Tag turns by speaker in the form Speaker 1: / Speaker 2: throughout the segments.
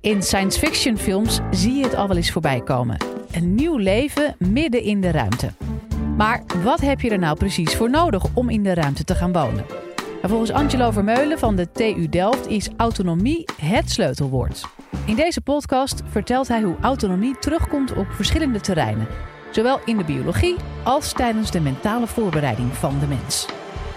Speaker 1: In science fiction films zie je het al wel eens voorbij komen. Een nieuw leven midden in de ruimte. Maar wat heb je er nou precies voor nodig om in de ruimte te gaan wonen? En volgens Angelo Vermeulen van de TU Delft is autonomie het sleutelwoord. In deze podcast vertelt hij hoe autonomie terugkomt op verschillende terreinen. Zowel in de biologie als tijdens de mentale voorbereiding van de mens.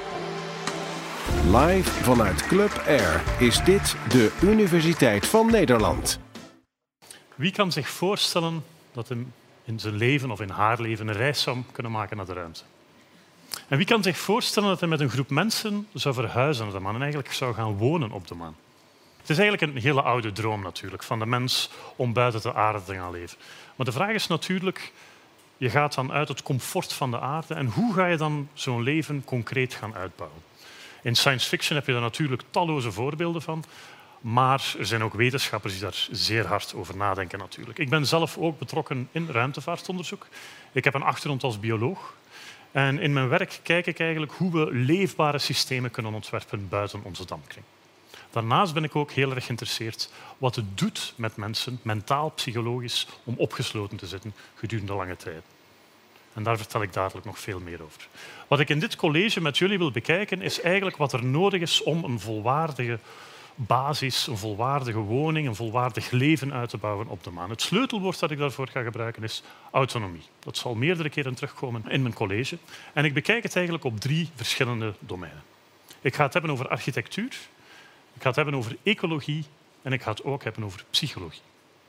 Speaker 2: Live vanuit Club Air is dit de Universiteit van Nederland.
Speaker 3: Wie kan zich voorstellen dat hij in zijn leven of in haar leven een reis zou kunnen maken naar de ruimte? En wie kan zich voorstellen dat hij met een groep mensen zou verhuizen naar de maan en eigenlijk zou gaan wonen op de maan? Het is eigenlijk een hele oude droom natuurlijk van de mens om buiten de aarde te gaan leven. Maar de vraag is natuurlijk, je gaat dan uit het comfort van de aarde en hoe ga je dan zo'n leven concreet gaan uitbouwen? In science fiction heb je daar natuurlijk talloze voorbeelden van, maar er zijn ook wetenschappers die daar zeer hard over nadenken natuurlijk. Ik ben zelf ook betrokken in ruimtevaartonderzoek. Ik heb een achtergrond als bioloog. En in mijn werk kijk ik eigenlijk hoe we leefbare systemen kunnen ontwerpen buiten onze dampkring. Daarnaast ben ik ook heel erg geïnteresseerd wat het doet met mensen, mentaal, psychologisch, om opgesloten te zitten gedurende lange tijd. En daar vertel ik dadelijk nog veel meer over. Wat ik in dit college met jullie wil bekijken, is eigenlijk wat er nodig is om een volwaardige basis, een volwaardige woning, een volwaardig leven uit te bouwen op de maan. Het sleutelwoord dat ik daarvoor ga gebruiken is autonomie. Dat zal meerdere keren terugkomen in mijn college. En ik bekijk het eigenlijk op 3 verschillende domeinen. Ik ga het hebben over architectuur, ik ga het hebben over ecologie en ik ga het ook hebben over psychologie.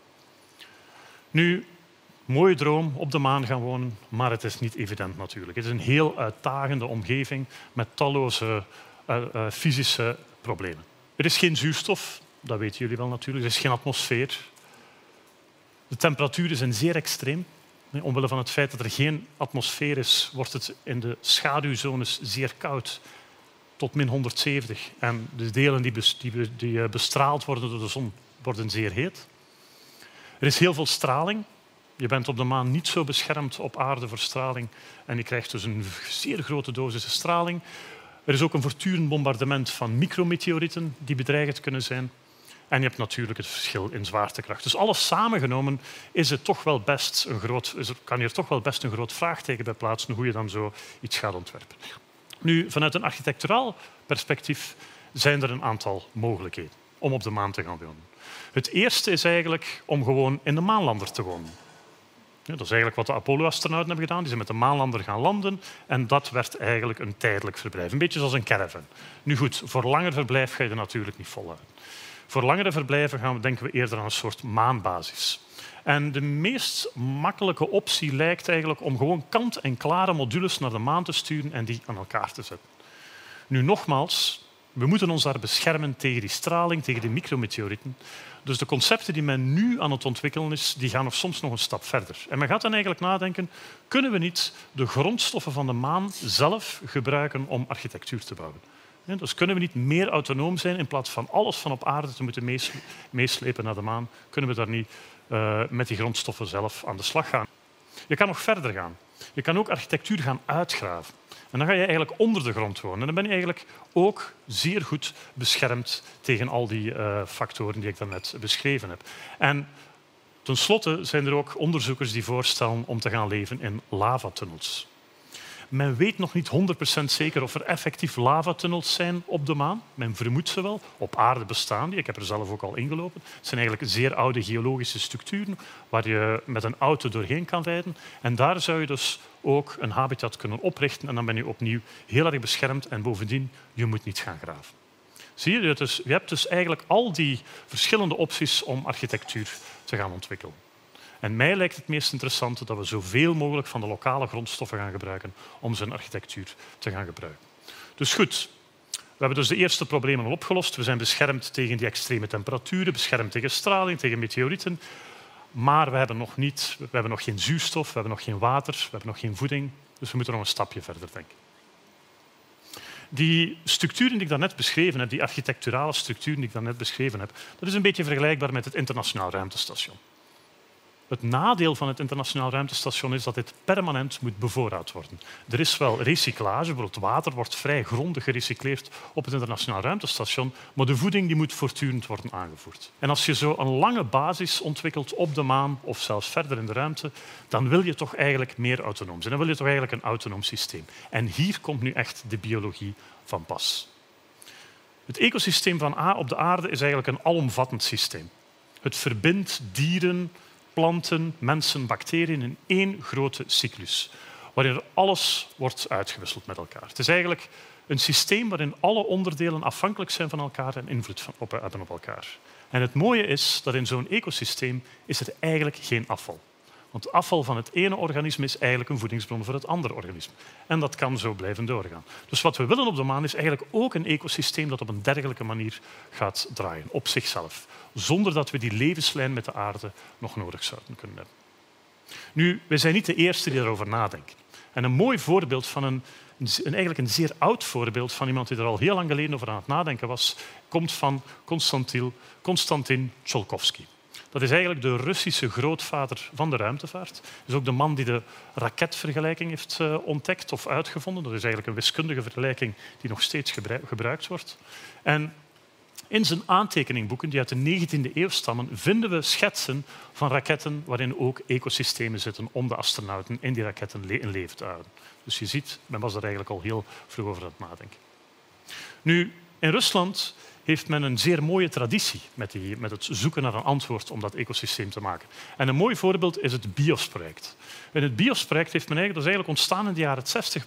Speaker 3: Nu, mooie droom, op de maan gaan wonen, maar het is niet evident natuurlijk. Het is een heel uitdagende omgeving met talloze fysische problemen. Er is geen zuurstof, dat weten jullie wel natuurlijk. Er is geen atmosfeer. De temperaturen zijn zeer extreem. Omwille van het feit dat er geen atmosfeer is, wordt het in de schaduwzones zeer koud, tot min 170. En de delen die bestraald worden door de zon, worden zeer heet. Er is heel veel straling. Je bent op de maan niet zo beschermd op aarde voor straling en je krijgt dus een zeer grote dosis straling. Er is ook een voortdurend bombardement van micrometeorieten die bedreigend kunnen zijn. En je hebt natuurlijk het verschil in zwaartekracht. Dus alles samengenomen is het toch wel best kan je er toch wel best een groot vraagteken bij plaatsen hoe je dan zo iets gaat ontwerpen. Nu, vanuit een architecturaal perspectief zijn er een aantal mogelijkheden om op de maan te gaan wonen. Het eerste is eigenlijk om gewoon in de maanlander te wonen. Ja, dat is eigenlijk wat de Apollo-astronauten hebben gedaan. Die zijn met de maanlander gaan landen en dat werd eigenlijk een tijdelijk verblijf. Een beetje zoals een caravan. Nu goed, voor langer verblijf ga je er natuurlijk niet voluit. Voor langere verblijven denken we eerder aan een soort maanbasis. En de meest makkelijke optie lijkt eigenlijk om gewoon kant-en-klare modules naar de maan te sturen en die aan elkaar te zetten. Nu nogmaals, we moeten ons daar beschermen tegen die straling, tegen die micrometeorieten. Dus de concepten die men nu aan het ontwikkelen is, die gaan soms nog een stap verder. En men gaat dan eigenlijk nadenken, kunnen we niet de grondstoffen van de maan zelf gebruiken om architectuur te bouwen? Dus kunnen we niet meer autonoom zijn in plaats van alles van op aarde te moeten meeslepen naar de maan? Kunnen we daar niet met die grondstoffen zelf aan de slag gaan? Je kan nog verder gaan. Je kan ook architectuur gaan uitgraven. En dan ga je eigenlijk onder de grond wonen. En dan ben je eigenlijk ook zeer goed beschermd tegen al die factoren die ik daarnet beschreven heb. En tenslotte zijn er ook onderzoekers die voorstellen om te gaan leven in lavatunnels. Men weet nog niet 100% zeker of er effectief lavatunnels zijn op de maan. Men vermoedt ze wel. Op aarde bestaan die. Ik heb er zelf ook al ingelopen. Het zijn eigenlijk zeer oude geologische structuren waar je met een auto doorheen kan rijden. En daar zou je dus ook een habitat kunnen oprichten en dan ben je opnieuw heel erg beschermd en bovendien, je moet niet gaan graven. Zie je? Dus, je hebt dus eigenlijk al die verschillende opties om architectuur te gaan ontwikkelen. En mij lijkt het meest interessante dat we zoveel mogelijk van de lokale grondstoffen gaan gebruiken om zijn architectuur te gaan gebruiken. Dus goed, we hebben dus de eerste problemen al opgelost. We zijn beschermd tegen die extreme temperaturen, beschermd tegen straling, tegen meteorieten. Maar we hebben nog geen zuurstof, we hebben nog geen water, we hebben nog geen voeding. Dus we moeten nog een stapje verder denken. Die structuren die ik daarnet beschreven heb, die architecturale structuren die ik daarnet beschreven heb, dat is een beetje vergelijkbaar met het internationaal ruimtestation. Het nadeel van het internationaal ruimtestation is dat dit permanent moet bevoorraad worden. Er is wel recyclage, bijvoorbeeld water wordt vrij grondig gerecycleerd op het internationaal ruimtestation, maar de voeding die moet voortdurend worden aangevoerd. En als je zo een lange basis ontwikkelt op de maan of zelfs verder in de ruimte, dan wil je toch eigenlijk meer autonoom zijn. Dan wil je toch eigenlijk een autonoom systeem. En hier komt nu echt de biologie van pas. Het ecosysteem van op de aarde is eigenlijk een alomvattend systeem. Het verbindt dieren, planten, mensen, bacteriën in één grote cyclus, waarin er alles wordt uitgewisseld met elkaar. Het is eigenlijk een systeem waarin alle onderdelen afhankelijk zijn van elkaar en invloed hebben op elkaar. En het mooie is dat in zo'n ecosysteem is er eigenlijk geen afval. Want afval van het ene organisme is eigenlijk een voedingsbron voor het andere organisme. En dat kan zo blijven doorgaan. Dus wat we willen op de maan is eigenlijk ook een ecosysteem dat op een dergelijke manier gaat draaien, op zichzelf. Zonder dat we die levenslijn met de aarde nog nodig zouden kunnen hebben. Nu, wij zijn niet de eerste die daarover nadenken. En een mooi voorbeeld van eigenlijk een zeer oud voorbeeld van iemand die er al heel lang geleden over aan het nadenken was, komt van Konstantin Tsiolkovsky. Dat is eigenlijk de Russische grootvader van de ruimtevaart. Dat is ook de man die de raketvergelijking heeft ontdekt of uitgevonden. Dat is eigenlijk een wiskundige vergelijking die nog steeds gebruikt wordt. En in zijn aantekeningboeken, die uit de 19e eeuw stammen, vinden we schetsen van raketten waarin ook ecosystemen zitten om de astronauten in die raketten in leven te houden. Dus je ziet, men was er eigenlijk al heel vroeg over aan het nadenken. Nu, in Rusland heeft men een zeer mooie traditie met het zoeken naar een antwoord om dat ecosysteem te maken. En een mooi voorbeeld is het BIOS-project. In het BIOS-project heeft men eigenlijk ontstaan in de jaren 60.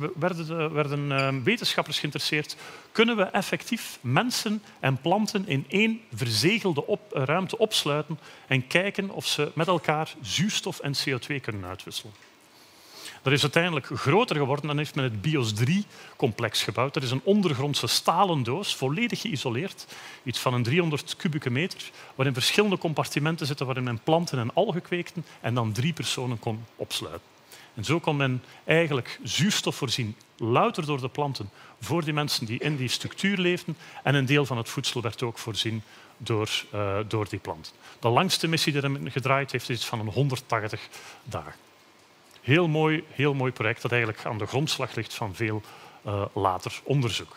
Speaker 3: Werden wetenschappers geïnteresseerd. Kunnen we effectief mensen en planten in één verzegelde ruimte opsluiten en kijken of ze met elkaar zuurstof en CO2 kunnen uitwisselen? Dat is uiteindelijk groter geworden en heeft men het BIOS-3-complex gebouwd. Dat is een ondergrondse stalen doos, volledig geïsoleerd, iets van een 300 kubieke meter, waarin verschillende compartimenten zitten waarin men planten en algen kweekte en dan 3 personen kon opsluiten. En zo kon men eigenlijk zuurstof voorzien, louter door de planten, voor die mensen die in die structuur leefden. En een deel van het voedsel werd ook voorzien door die planten. De langste missie die er gedraaid heeft, is iets van 180 dagen. Heel mooi project dat eigenlijk aan de grondslag ligt van veel later onderzoek.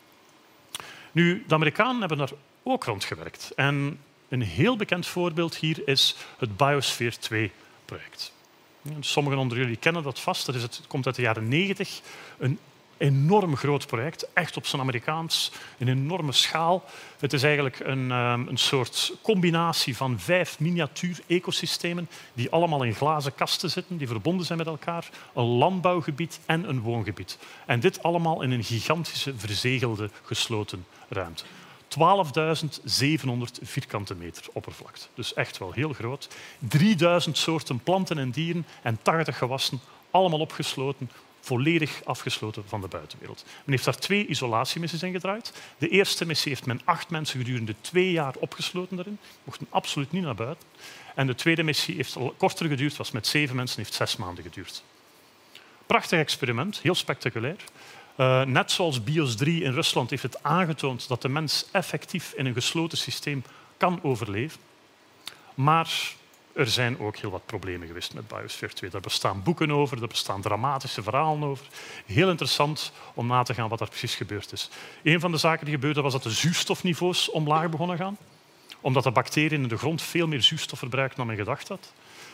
Speaker 3: Nu, de Amerikanen hebben daar ook rondgewerkt. En een heel bekend voorbeeld hier is het Biosphere 2-project. Sommigen onder jullie kennen dat vast. Het komt uit de jaren 90. Een enorm groot project, echt op zijn Amerikaans, een enorme schaal. Het is eigenlijk een soort combinatie van 5 miniatuur-ecosystemen die allemaal in glazen kasten zitten, die verbonden zijn met elkaar, een landbouwgebied en een woongebied. En dit allemaal in een gigantische, verzegelde, gesloten ruimte. 12.700 vierkante meter oppervlakte. Dus echt wel heel groot. 3000 soorten planten en dieren en 80 gewassen, allemaal opgesloten, volledig afgesloten van de buitenwereld. Men heeft daar 2 isolatiemissies in gedraaid. De eerste missie heeft men 8 mensen gedurende 2 jaar opgesloten daarin. Mochten absoluut niet naar buiten. En de tweede missie heeft al korter geduurd, was met 7 mensen, heeft 6 maanden geduurd. Prachtig experiment, heel spectaculair. Net zoals BIOS 3 in Rusland heeft het aangetoond dat de mens effectief in een gesloten systeem kan overleven. Maar er zijn ook heel wat problemen geweest met Biosphere 2. Daar bestaan boeken over, er bestaan dramatische verhalen over. Heel interessant om na te gaan wat er precies gebeurd is. Een van de zaken die gebeurde was dat de zuurstofniveaus omlaag begonnen gaan. Omdat de bacteriën in de grond veel meer zuurstof verbruiken dan men gedacht had.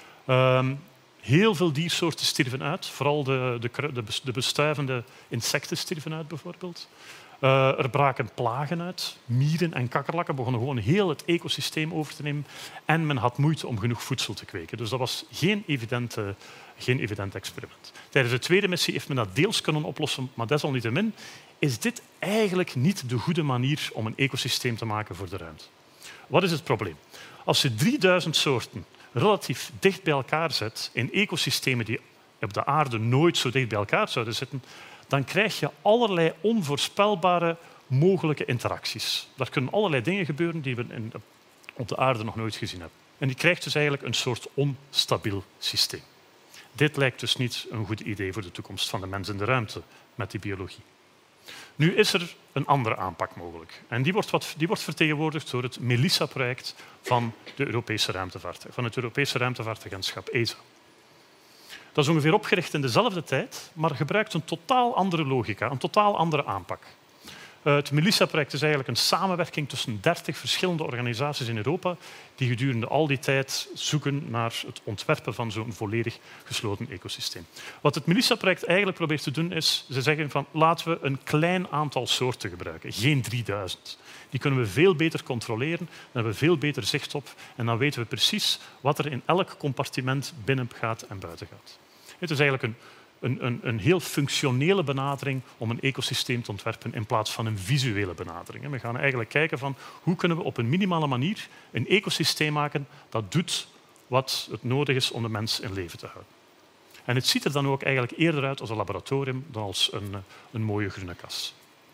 Speaker 3: Heel veel diersoorten stierven uit. Vooral de bestuivende insecten stierven uit, bijvoorbeeld. Er braken plagen uit. Mieren en kakkerlakken begonnen gewoon heel het ecosysteem over te nemen. En men had moeite om genoeg voedsel te kweken. Dus dat was geen evident experiment. Tijdens de tweede missie heeft men dat deels kunnen oplossen, maar desalniettemin is dit eigenlijk niet de goede manier om een ecosysteem te maken voor de ruimte. Wat is het probleem? Als je 3000 soorten relatief dicht bij elkaar zet in ecosystemen die op de aarde nooit zo dicht bij elkaar zouden zitten, dan krijg je allerlei onvoorspelbare mogelijke interacties. Daar kunnen allerlei dingen gebeuren die we op de aarde nog nooit gezien hebben. En je krijgt dus eigenlijk een soort onstabiel systeem. Dit lijkt dus niet een goed idee voor de toekomst van de mens in de ruimte met die biologie. Nu is er een andere aanpak mogelijk. En die wordt vertegenwoordigd door het Melissa-project van het Europese ruimtevaartagentschap ESA. Dat is ongeveer opgericht in dezelfde tijd, maar gebruikt een totaal andere logica, een totaal andere aanpak. Het Melissa-project is eigenlijk een samenwerking tussen 30 verschillende organisaties in Europa die gedurende al die tijd zoeken naar het ontwerpen van zo'n volledig gesloten ecosysteem. Wat het Melissa-project eigenlijk probeert te doen is, ze zeggen van laten we een klein aantal soorten gebruiken, geen 3000. Die kunnen we veel beter controleren, daar hebben we veel beter zicht op en dan weten we precies wat er in elk compartiment binnen gaat en buiten gaat. Het is eigenlijk een heel functionele benadering om een ecosysteem te ontwerpen in plaats van een visuele benadering. We gaan eigenlijk kijken van hoe kunnen we op een minimale manier een ecosysteem maken dat doet wat het nodig is om de mens in leven te houden. En het ziet er dan ook eigenlijk eerder uit als een laboratorium dan als een mooie groene kas.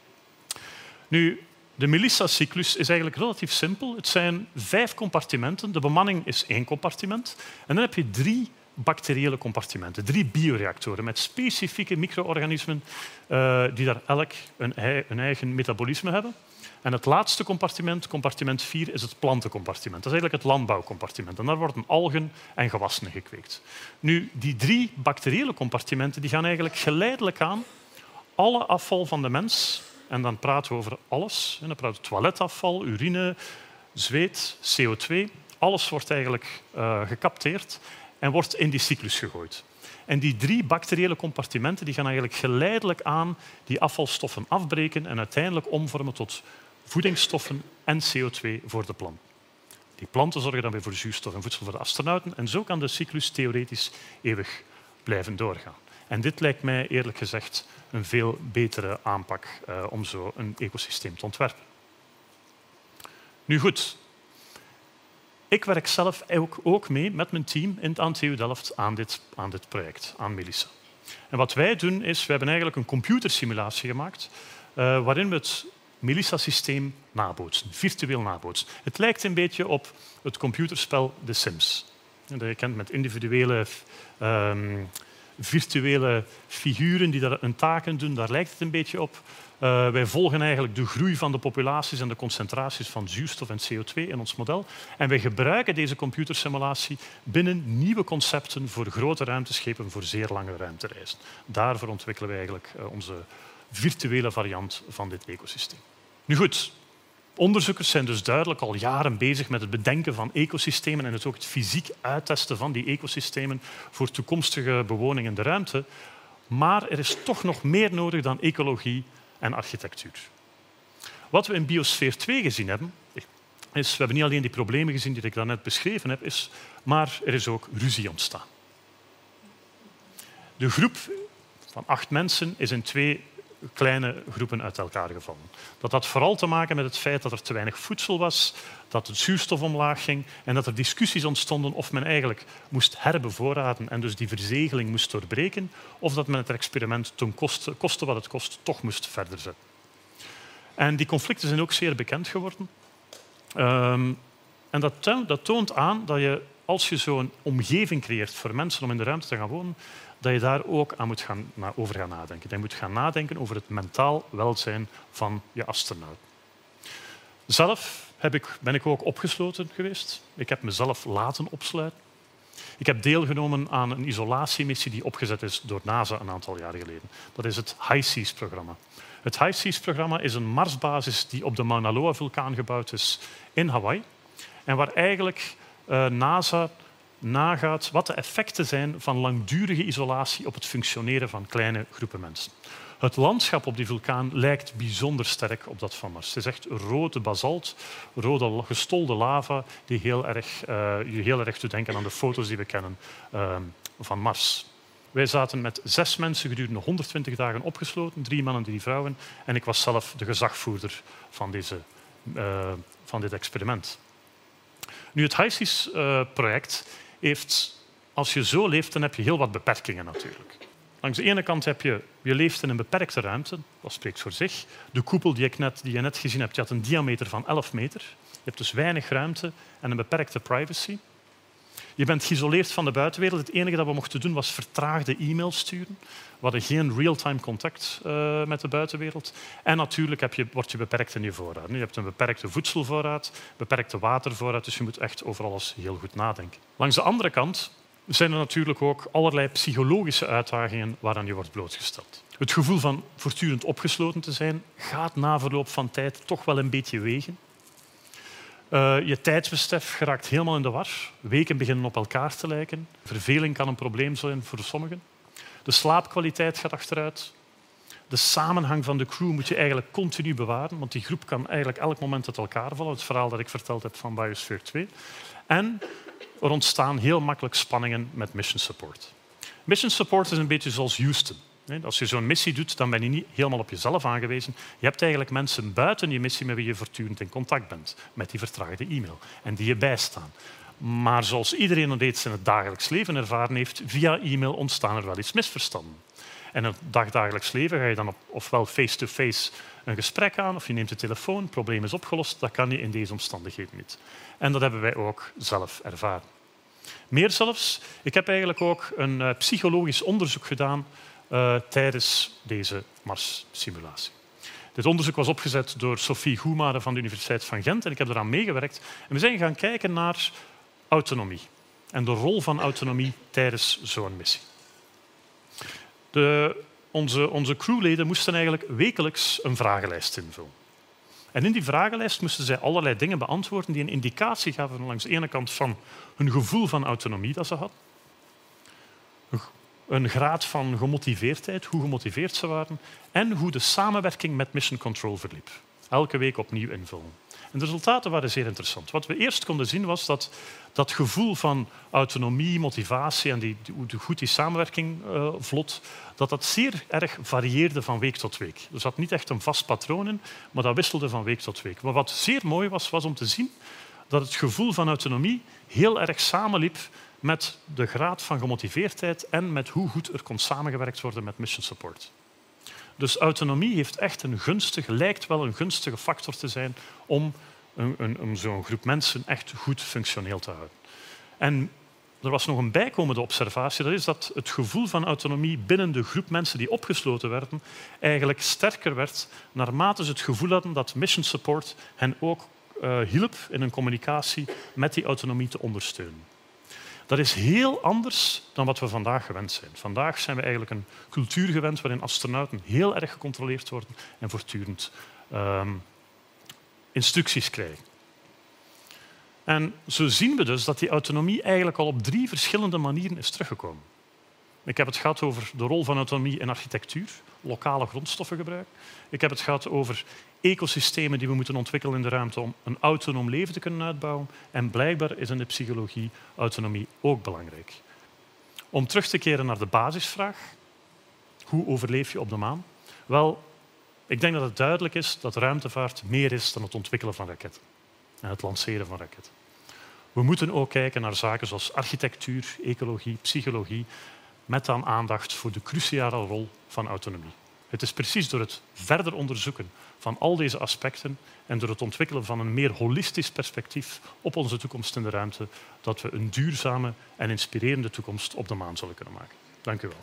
Speaker 3: Nu, de Melissa-cyclus is eigenlijk relatief simpel. Het zijn 5 compartimenten. De bemanning is 1 compartiment. En dan heb je 3 bacteriële compartimenten, 3 bioreactoren met specifieke micro-organismen die daar elk een eigen metabolisme hebben. En het laatste compartiment, compartiment 4, is het plantencompartiment. Dat is eigenlijk het landbouwcompartiment. En daar worden algen en gewassen gekweekt. Nu, die 3 bacteriële compartimenten die gaan eigenlijk geleidelijk aan alle afval van de mens, en dan praten we over alles, dan praten we toiletafval, urine, zweet, CO2, alles wordt eigenlijk gecapteerd en wordt in die cyclus gegooid. En die 3 bacteriële compartimenten die gaan eigenlijk geleidelijk aan die afvalstoffen afbreken en uiteindelijk omvormen tot voedingsstoffen en CO2 voor de plant. Die planten zorgen dan weer voor zuurstof en voedsel voor de astronauten en zo kan de cyclus theoretisch eeuwig blijven doorgaan. En dit lijkt mij eerlijk gezegd een veel betere aanpak om zo een ecosysteem te ontwerpen. Nu goed. Ik werk zelf ook mee met mijn team aan TU Delft aan dit project, aan Melissa. En wat wij doen is, we hebben eigenlijk een computersimulatie gemaakt waarin we het Melissa-systeem nabootsen, virtueel nabootsen. Het lijkt een beetje op het computerspel The Sims. Dat je kent met individuele virtuele figuren die daar een taken doen, daar lijkt het een beetje op. Wij volgen eigenlijk de groei van de populaties en de concentraties van zuurstof en CO2 in ons model. En wij gebruiken deze computersimulatie binnen nieuwe concepten voor grote ruimteschepen, voor zeer lange ruimtereizen. Daarvoor ontwikkelen wij eigenlijk onze virtuele variant van dit ecosysteem. Nu goed, onderzoekers zijn dus duidelijk al jaren bezig met het bedenken van ecosystemen en het ook het fysiek uittesten van die ecosystemen voor toekomstige bewoning in de ruimte. Maar er is toch nog meer nodig dan ecologie en architectuur. Wat we in Biosfeer 2 gezien hebben, is, we hebben niet alleen die problemen gezien die ik daarnet beschreven heb, maar er is ook ruzie ontstaan. De groep van 8 mensen is in 2 kleine groepen uit elkaar gevallen. Dat had vooral te maken met het feit dat er te weinig voedsel was, dat het zuurstof omlaag ging en dat er discussies ontstonden of men eigenlijk moest herbevoorraden en dus die verzegeling moest doorbreken, of dat men het experiment ten koste wat het kost toch moest verder zetten. En die conflicten zijn ook zeer bekend geworden. En dat toont aan dat je, als je zo'n omgeving creëert voor mensen om in de ruimte te gaan wonen, dat je daar ook over gaan nadenken. Je moet gaan nadenken over het mentaal welzijn van je astronaut. Zelf ben ik ook opgesloten geweest. Ik heb mezelf laten opsluiten. Ik heb deelgenomen aan een isolatiemissie die opgezet is door NASA een aantal jaren geleden. Dat is het HI-SEAS-programma. Het HI-SEAS-programma is een Marsbasis die op de Mauna Loa-vulkaan gebouwd is in Hawaii. En waar eigenlijk NASA nagaat wat de effecten zijn van langdurige isolatie op het functioneren van kleine groepen mensen. Het landschap op die vulkaan lijkt bijzonder sterk op dat van Mars. Het is echt rode basalt, rode gestolde lava, die je heel erg doet denken aan de foto's die we kennen van Mars. Wij zaten met 6 mensen gedurende 120 dagen opgesloten, 3 mannen, 3 vrouwen, en ik was zelf de gezagvoerder van dit experiment. Nu, het HI-SEAS-project heeft, als je zo leeft, dan heb je heel wat beperkingen natuurlijk. Langs de ene kant heb je leeft in een beperkte ruimte, dat spreekt voor zich. De koepel die je net gezien hebt, die had een diameter van 11 meter. Je hebt dus weinig ruimte en een beperkte privacy. Je bent geïsoleerd van de buitenwereld. Het enige dat we mochten doen was vertraagde e-mails sturen. We hadden geen real-time contact met de buitenwereld. En natuurlijk word je beperkt in je voorraad. Je hebt een beperkte voedselvoorraad, beperkte watervoorraad, dus je moet echt over alles heel goed nadenken. Langs de andere kant zijn er natuurlijk ook allerlei psychologische uitdagingen waaraan je wordt blootgesteld. Het gevoel van voortdurend opgesloten te zijn gaat na verloop van tijd toch wel een beetje wegen. Je tijdsbesef geraakt helemaal in de war. Weken beginnen op elkaar te lijken. Verveling kan een probleem zijn voor sommigen. De slaapkwaliteit gaat achteruit. De samenhang van de crew moet je eigenlijk continu bewaren, want die groep kan eigenlijk elk moment uit elkaar vallen. Het verhaal dat ik verteld heb van Biosphere 2. En er ontstaan heel makkelijk spanningen met mission support. Mission support is een beetje zoals Houston. Als je zo'n missie doet, dan ben je niet helemaal op jezelf aangewezen. Je hebt eigenlijk mensen buiten die missie met wie je voortdurend in contact bent, met die vertraagde e-mail, en die je bijstaan. Maar zoals iedereen het reeds in het dagelijks leven ervaren heeft, via e-mail ontstaan er wel eens misverstanden. En in het dagelijks leven ga je dan ofwel face-to-face een gesprek aan, of je neemt de telefoon, het probleem is opgelost. Dat kan je in deze omstandigheden niet. En dat hebben wij ook zelf ervaren. Meer zelfs, ik heb eigenlijk ook een psychologisch onderzoek gedaan tijdens deze Mars-simulatie. Dit onderzoek was opgezet door Sophie Goemare van de Universiteit van Gent en ik heb eraan meegewerkt. En we zijn gaan kijken naar autonomie en de rol van autonomie tijdens zo'n missie. Onze crewleden moesten eigenlijk wekelijks een vragenlijst invullen. En in die vragenlijst moesten zij allerlei dingen beantwoorden die een indicatie gaven langs de ene kant van hun gevoel van autonomie dat ze hadden, een graad van gemotiveerdheid, hoe gemotiveerd ze waren, en hoe de samenwerking met Mission Control verliep. Elke week opnieuw invullen. En de resultaten waren zeer interessant. Wat we eerst konden zien was dat dat gevoel van autonomie, motivatie en hoe goed die samenwerking vlot, dat zeer erg varieerde van week tot week. Er zat niet echt een vast patroon in, maar dat wisselde van week tot week. Maar wat zeer mooi was om te zien dat het gevoel van autonomie heel erg samenliep met de graad van gemotiveerdheid en met hoe goed er kon samengewerkt worden met mission support. Dus autonomie heeft echt lijkt wel een gunstige factor te zijn om zo'n groep mensen echt goed functioneel te houden. En er was nog een bijkomende observatie, dat is dat het gevoel van autonomie binnen de groep mensen die opgesloten werden eigenlijk sterker werd naarmate ze het gevoel hadden dat mission support hen ook hielp in hun communicatie met die autonomie te ondersteunen. Dat is heel anders dan wat we vandaag gewend zijn. Vandaag zijn we eigenlijk een cultuur gewend waarin astronauten heel erg gecontroleerd worden en voortdurend instructies krijgen. En zo zien we dus dat die autonomie eigenlijk al op 3 verschillende manieren is teruggekomen. Ik heb het gehad over de rol van autonomie in architectuur, lokale grondstoffengebruik. Ik heb het gehad over ecosystemen die we moeten ontwikkelen in de ruimte om een autonoom leven te kunnen uitbouwen. En blijkbaar is in de psychologie autonomie ook belangrijk. Om terug te keren naar de basisvraag, hoe overleef je op de maan? Wel, ik denk dat het duidelijk is dat ruimtevaart meer is dan het ontwikkelen van raketten en het lanceren van raketten. We moeten ook kijken naar zaken zoals architectuur, ecologie, psychologie, met dan aandacht voor de cruciale rol van autonomie. Het is precies door het verder onderzoeken van al deze aspecten en door het ontwikkelen van een meer holistisch perspectief op onze toekomst in de ruimte dat we een duurzame en inspirerende toekomst op de maan zullen kunnen maken. Dank u wel.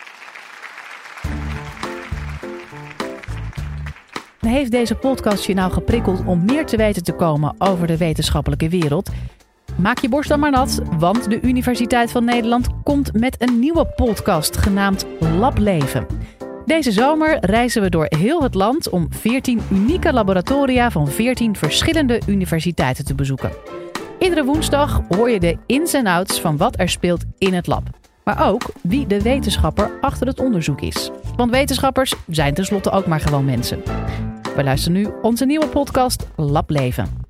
Speaker 1: Heeft deze podcast je nou geprikkeld om meer te weten te komen over de wetenschappelijke wereld? Maak je borst dan maar nat, want de Universiteit van Nederland komt met een nieuwe podcast genaamd Lab Leven. Deze zomer reizen we door heel het land om 14 unieke laboratoria van 14 verschillende universiteiten te bezoeken. Iedere woensdag hoor je de ins en outs van wat er speelt in het lab. Maar ook wie de wetenschapper achter het onderzoek is. Want wetenschappers zijn tenslotte ook maar gewoon mensen. We luisteren nu onze nieuwe podcast Lab Leven.